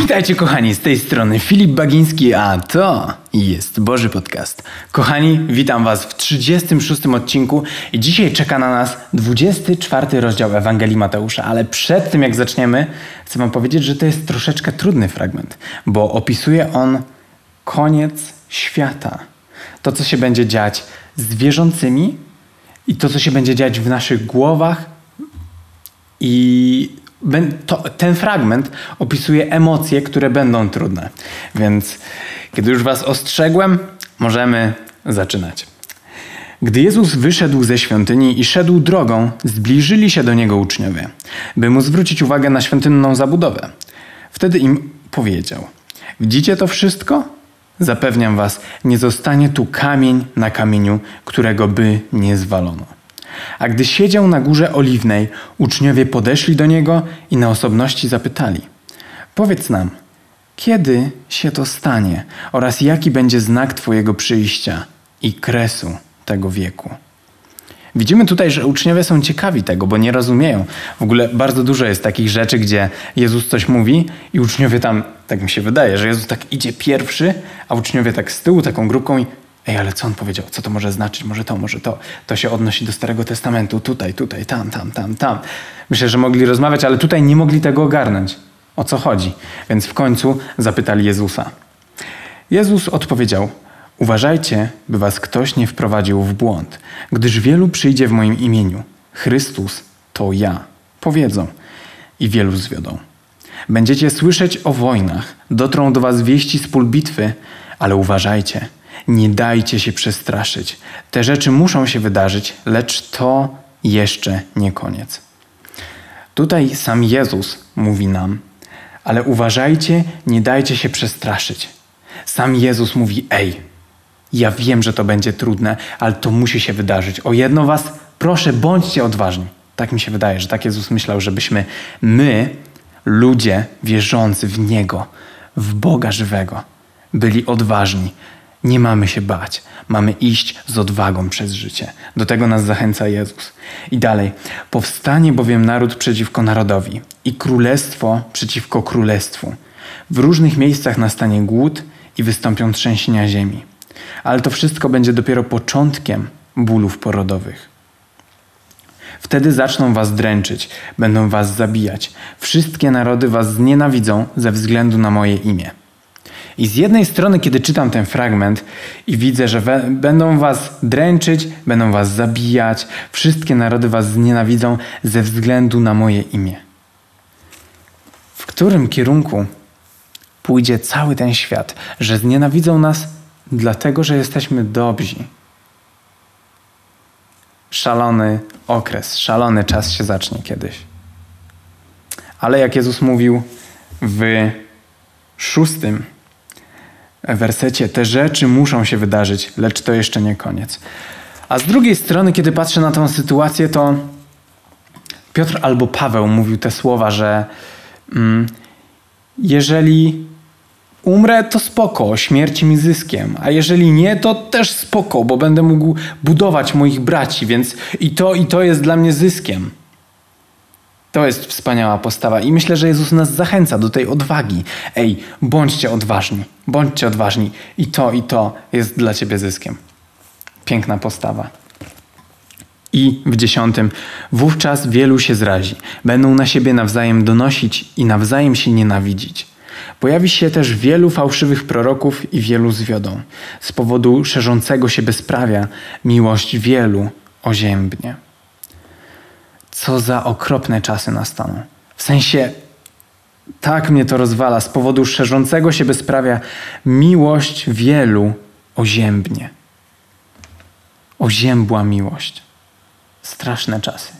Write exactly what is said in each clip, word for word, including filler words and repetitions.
Witajcie kochani, z tej strony Filip Bagiński, a to jest Boży Podcast. Kochani, witam was w trzydziestym szóstym odcinku i dzisiaj czeka na nas dwudziesty czwarty rozdział Ewangelii Mateusza, ale przed tym jak zaczniemy, chcę wam powiedzieć, że to jest troszeczkę trudny fragment, bo opisuje on koniec świata. To, co się będzie dziać z wierzącymi i to, co się będzie dziać w naszych głowach i To, ten fragment opisuje emocje, które będą trudne. Więc kiedy już was ostrzegłem, możemy zaczynać. Gdy Jezus wyszedł ze świątyni i szedł drogą, zbliżyli się do Niego uczniowie, by Mu zwrócić uwagę na świątynną zabudowę. Wtedy im powiedział: widzicie to wszystko? Zapewniam was, nie zostanie tu kamień na kamieniu, którego by nie zwalono. A gdy siedział na Górze Oliwnej, uczniowie podeszli do Niego i na osobności zapytali: powiedz nam, kiedy się to stanie oraz jaki będzie znak Twojego przyjścia i kresu tego wieku? Widzimy tutaj, że uczniowie są ciekawi tego, bo nie rozumieją. W ogóle bardzo dużo jest takich rzeczy, gdzie Jezus coś mówi i uczniowie tam, tak mi się wydaje, że Jezus tak idzie pierwszy, a uczniowie tak z tyłu taką grupką i ej, ale co on powiedział? Co to może znaczyć? Może to, może to. To się odnosi do Starego Testamentu. Tutaj, tutaj, tam, tam, tam, tam. Myślę, że mogli rozmawiać, ale tutaj nie mogli tego ogarnąć. O co chodzi? Więc w końcu zapytali Jezusa. Jezus odpowiedział: uważajcie, by was ktoś nie wprowadził w błąd, gdyż wielu przyjdzie w moim imieniu. Chrystus to ja. Powiedzą i wielu zwiodą. Będziecie słyszeć o wojnach. Dotrą do was wieści z pól bitwy, ale uważajcie. Nie dajcie się przestraszyć. Te rzeczy muszą się wydarzyć, lecz to jeszcze nie koniec. Tutaj sam Jezus mówi nam: ale uważajcie, nie dajcie się przestraszyć. Sam Jezus mówi: ej, ja wiem, że to będzie trudne, ale to musi się wydarzyć. O jedno was proszę, bądźcie odważni. Tak mi się wydaje, że tak Jezus myślał, żebyśmy my, ludzie wierzący w Niego, w Boga żywego, byli odważni. Nie mamy się bać. Mamy iść z odwagą przez życie. Do tego nas zachęca Jezus. I dalej. Powstanie bowiem naród przeciwko narodowi i królestwo przeciwko królestwu. W różnych miejscach nastanie głód i wystąpią trzęsienia ziemi. Ale to wszystko będzie dopiero początkiem bólów porodowych. Wtedy zaczną was dręczyć, będą was zabijać. Wszystkie narody was znienawidzą ze względu na moje imię. I z jednej strony, kiedy czytam ten fragment i widzę, że we, będą was dręczyć, będą was zabijać, wszystkie narody was znienawidzą ze względu na moje imię. W którym kierunku pójdzie cały ten świat, że znienawidzą nas dlatego, że jesteśmy dobrzy? Szalony okres, szalony czas się zacznie kiedyś. Ale jak Jezus mówił w szóstym wersecie, te rzeczy muszą się wydarzyć, lecz to jeszcze nie koniec. A z drugiej strony, kiedy patrzę na tę sytuację, to Piotr albo Paweł mówił te słowa, że mm, jeżeli umrę, to spoko, śmierć mi zyskiem, a jeżeli nie, to też spoko, bo będę mógł budować moich braci, więc i to, i to jest dla mnie zyskiem. To jest wspaniała postawa i myślę, że Jezus nas zachęca do tej odwagi. Ej, bądźcie odważni, bądźcie odważni i to, i to jest dla ciebie zyskiem. Piękna postawa. I w dziesiątym, wówczas wielu się zrazi, będą na siebie nawzajem donosić i nawzajem się nienawidzić. Pojawi się też wielu fałszywych proroków i wielu zwiodą. Z powodu szerzącego się bezprawia miłość wielu oziębnie. Co za okropne czasy nastaną. W sensie, tak mnie to rozwala. Z powodu szerzącego się bezprawia miłość wielu oziębnie. Oziębła miłość. Straszne czasy.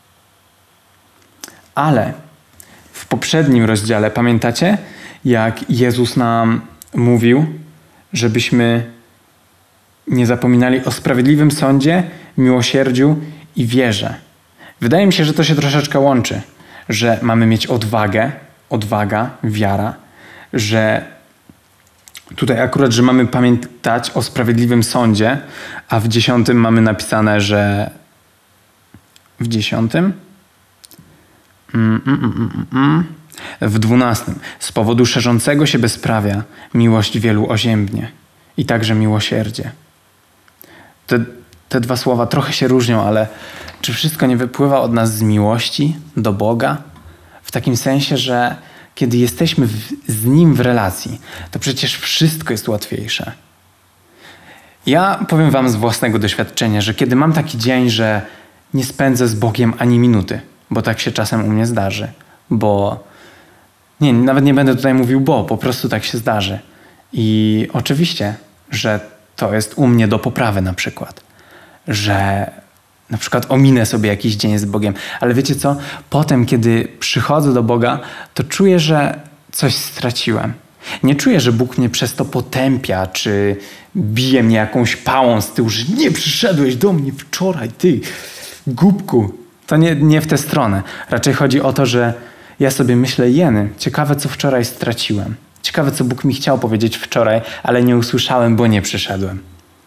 Ale w poprzednim rozdziale, pamiętacie, jak Jezus nam mówił, żebyśmy nie zapominali o sprawiedliwym sądzie, miłosierdziu i wierze. Wydaje mi się, że to się troszeczkę łączy, że mamy mieć odwagę, odwaga, wiara, że tutaj akurat, że mamy pamiętać o sprawiedliwym sądzie, a w dziesiątym mamy napisane, że w dziesiątym mm, mm, mm, mm, W dwunastym. Z powodu szerzącego się bezprawia miłość wielu oziębnie i także miłosierdzie. Te, te dwa słowa trochę się różnią, ale czy wszystko nie wypływa od nas z miłości do Boga? W takim sensie, że kiedy jesteśmy w, z Nim w relacji, to przecież wszystko jest łatwiejsze. Ja powiem wam z własnego doświadczenia, że kiedy mam taki dzień, że nie spędzę z Bogiem ani minuty, bo tak się czasem u mnie zdarzy, bo nie, nawet nie będę tutaj mówił bo, po prostu tak się zdarzy. I oczywiście, że to jest u mnie do poprawy na przykład, że na przykład ominę sobie jakiś dzień z Bogiem, ale wiecie co? Potem, kiedy przychodzę do Boga, to czuję, że coś straciłem. Nie czuję, że Bóg mnie przez to potępia, czy bije mnie jakąś pałą z tyłu, że nie przyszedłeś do mnie wczoraj, ty głupku. To nie, nie w tę stronę. Raczej chodzi o to, że ja sobie myślę, jeny, ciekawe co wczoraj straciłem. Ciekawe co Bóg mi chciał powiedzieć wczoraj, ale nie usłyszałem, bo nie przyszedłem.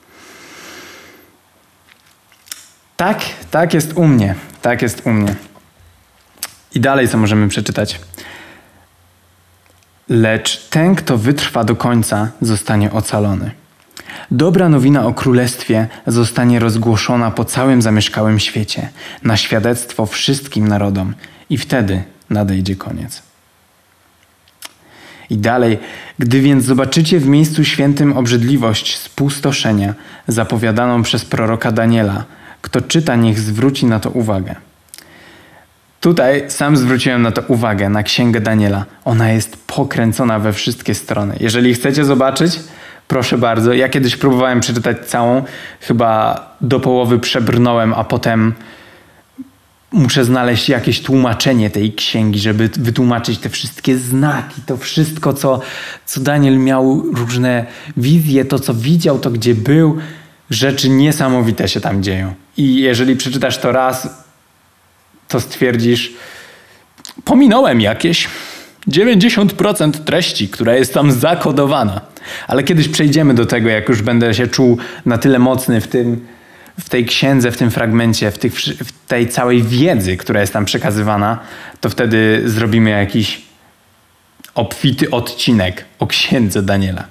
Tak, tak jest u mnie. Tak jest u mnie. I dalej co możemy przeczytać? Lecz ten, kto wytrwa do końca, zostanie ocalony. Dobra nowina o Królestwie zostanie rozgłoszona po całym zamieszkałym świecie, na świadectwo wszystkim narodom i wtedy nadejdzie koniec. I dalej, gdy więc zobaczycie w miejscu świętym obrzydliwość spustoszenia zapowiadaną przez proroka Daniela, kto czyta, niech zwróci na to uwagę. Tutaj sam zwróciłem na to uwagę, na Księgę Daniela. Ona jest pokręcona we wszystkie strony. Jeżeli chcecie zobaczyć, proszę bardzo. Ja kiedyś próbowałem przeczytać całą, chyba do połowy przebrnąłem, a potem muszę znaleźć jakieś tłumaczenie tej księgi, żeby wytłumaczyć te wszystkie znaki, to wszystko, co, co Daniel miał, różne wizje, to co widział, to gdzie był. Rzeczy niesamowite się tam dzieją. I jeżeli przeczytasz to raz, to stwierdzisz, pominąłem jakieś dziewięćdziesiąt procent treści, która jest tam zakodowana. Ale kiedyś przejdziemy do tego, jak już będę się czuł na tyle mocny w tym, w tej księdze, w tym fragmencie, w, tych, w tej całej wiedzy, która jest tam przekazywana, to wtedy zrobimy jakiś obfity odcinek o księdze Daniela.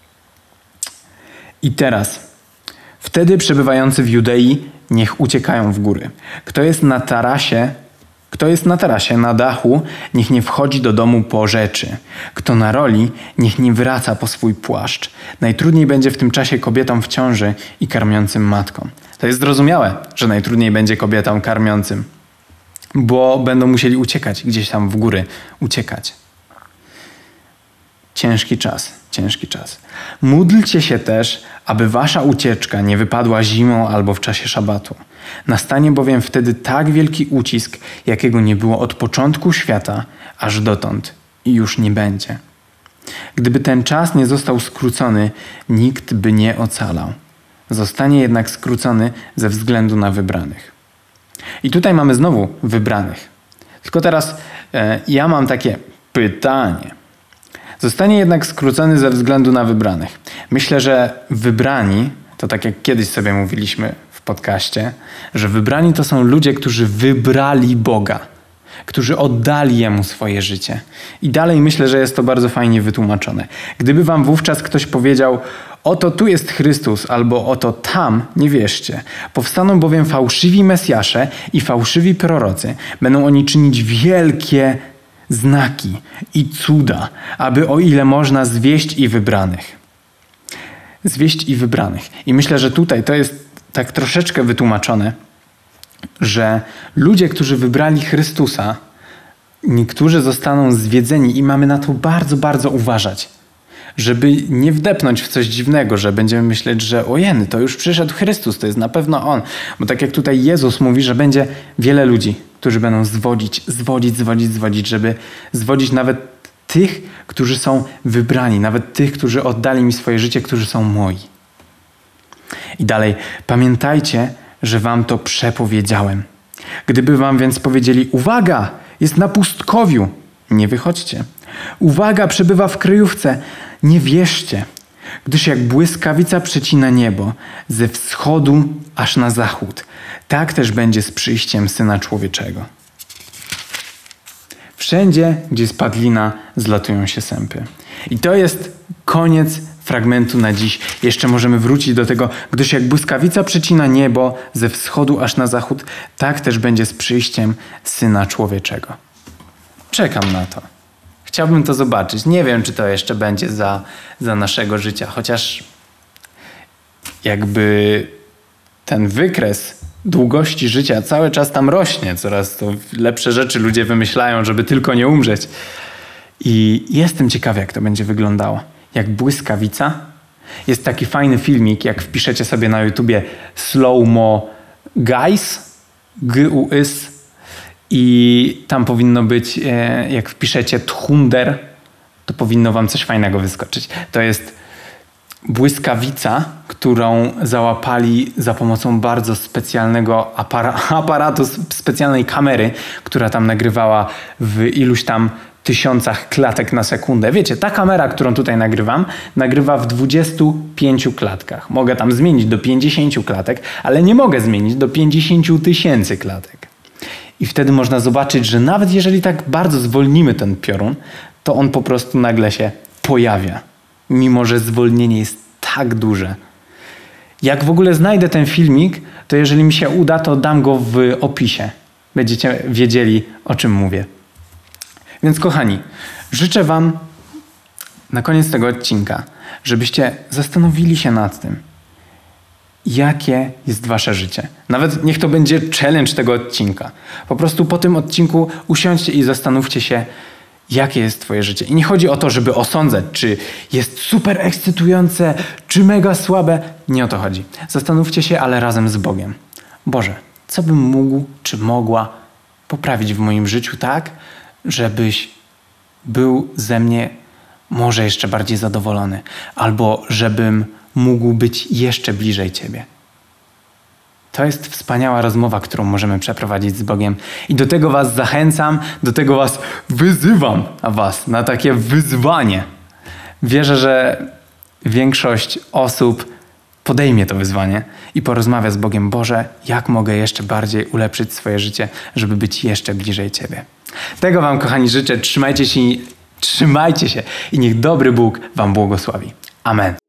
I teraz, wtedy przebywający w Judei niech uciekają w góry. Kto jest na tarasie, kto jest na tarasie, na dachu, niech nie wchodzi do domu po rzeczy. Kto na roli, niech nie wraca po swój płaszcz. Najtrudniej będzie w tym czasie kobietom w ciąży i karmiącym matkom. To jest zrozumiałe, że najtrudniej będzie kobietom karmiącym, bo będą musieli uciekać gdzieś tam w góry, uciekać. Ciężki czas, ciężki czas. Módlcie się też, aby wasza ucieczka nie wypadła zimą albo w czasie szabatu. Nastanie bowiem wtedy tak wielki ucisk, jakiego nie było od początku świata, aż dotąd i już nie będzie. Gdyby ten czas nie został skrócony, nikt by nie ocalał. Zostanie jednak skrócony ze względu na wybranych. I tutaj mamy znowu wybranych. Tylko teraz e, ja mam takie pytanie. Zostanie jednak skrócony ze względu na wybranych. Myślę, że wybrani, to tak jak kiedyś sobie mówiliśmy w podcaście, że wybrani to są ludzie, którzy wybrali Boga, którzy oddali Jemu swoje życie. I dalej myślę, że jest to bardzo fajnie wytłumaczone. Gdyby wam wówczas ktoś powiedział, oto tu jest Chrystus, albo oto tam, nie wierzcie. Powstaną bowiem fałszywi Mesjasze i fałszywi prorocy. Będą oni czynić wielkie znaki i cuda, aby o ile można zwieść i wybranych. Zwieść i wybranych. I myślę, że tutaj to jest tak troszeczkę wytłumaczone, że ludzie, którzy wybrali Chrystusa, niektórzy zostaną zwiedzeni i mamy na to bardzo, bardzo uważać, żeby nie wdepnąć w coś dziwnego, że będziemy myśleć, że ojeny, to już przyszedł Chrystus, to jest na pewno On. Bo tak jak tutaj Jezus mówi, że będzie wiele ludzi, którzy będą zwodzić, zwodzić, zwodzić, zwodzić, żeby zwodzić nawet tych, którzy są wybrani, nawet tych, którzy oddali mi swoje życie, którzy są moi. I dalej, pamiętajcie, że wam to przepowiedziałem. Gdyby wam więc powiedzieli, uwaga, jest na pustkowiu, nie wychodźcie. Uwaga, przebywa w kryjówce, nie wierzcie, gdyż jak błyskawica przecina niebo, ze wschodu aż na zachód, tak też będzie z przyjściem Syna Człowieczego. Wszędzie, gdzie jest padlina, zlatują się sępy. I to jest koniec fragmentu na dziś. Jeszcze możemy wrócić do tego, gdyż jak błyskawica przecina niebo ze wschodu aż na zachód, tak też będzie z przyjściem Syna Człowieczego. Czekam na to. Chciałbym to zobaczyć. Nie wiem, czy to jeszcze będzie za, za naszego życia, chociaż jakby ten wykres długości życia cały czas tam rośnie. Coraz to lepsze rzeczy ludzie wymyślają, żeby tylko nie umrzeć. I jestem ciekawy, jak to będzie wyglądało. Jak błyskawica. Jest taki fajny filmik, jak wpiszecie sobie na YouTubie Slow-Mo Guys, G U S, i tam powinno być, jak wpiszecie Thunder, to powinno wam coś fajnego wyskoczyć. To jest błyskawica, którą załapali za pomocą bardzo specjalnego apara- aparatu, specjalnej kamery, która tam nagrywała w iluś tam tysiącach klatek na sekundę. Wiecie, ta kamera, którą tutaj nagrywam, nagrywa w dwudziestu pięciu klatkach. Mogę tam zmienić do pięćdziesięciu klatek, ale nie mogę zmienić do pięćdziesięciu tysięcy klatek. I wtedy można zobaczyć, że nawet jeżeli tak bardzo zwolnimy ten piorun, to on po prostu nagle się pojawia. Mimo że zwolnienie jest tak duże. Jak w ogóle znajdę ten filmik, to jeżeli mi się uda, to dam go w opisie. Będziecie wiedzieli, o czym mówię. Więc kochani, życzę wam na koniec tego odcinka, żebyście zastanowili się nad tym, jakie jest wasze życie. Nawet niech to będzie challenge tego odcinka. Po prostu po tym odcinku usiądźcie i zastanówcie się, jakie jest twoje życie. I nie chodzi o to, żeby osądzać, czy jest super ekscytujące, czy mega słabe. Nie o to chodzi. Zastanówcie się, ale razem z Bogiem. Boże, co bym mógł, czy mogła poprawić w moim życiu tak, żebyś był ze mnie może jeszcze bardziej zadowolony, albo żebym mógł być jeszcze bliżej Ciebie. To jest wspaniała rozmowa, którą możemy przeprowadzić z Bogiem. I do tego was zachęcam, do tego was wyzywam, a was na takie wyzwanie. Wierzę, że większość osób podejmie to wyzwanie i porozmawia z Bogiem. Boże, jak mogę jeszcze bardziej ulepszyć swoje życie, żeby być jeszcze bliżej Ciebie. Tego wam, kochani, życzę. Trzymajcie się, trzymajcie się i niech dobry Bóg wam błogosławi. Amen.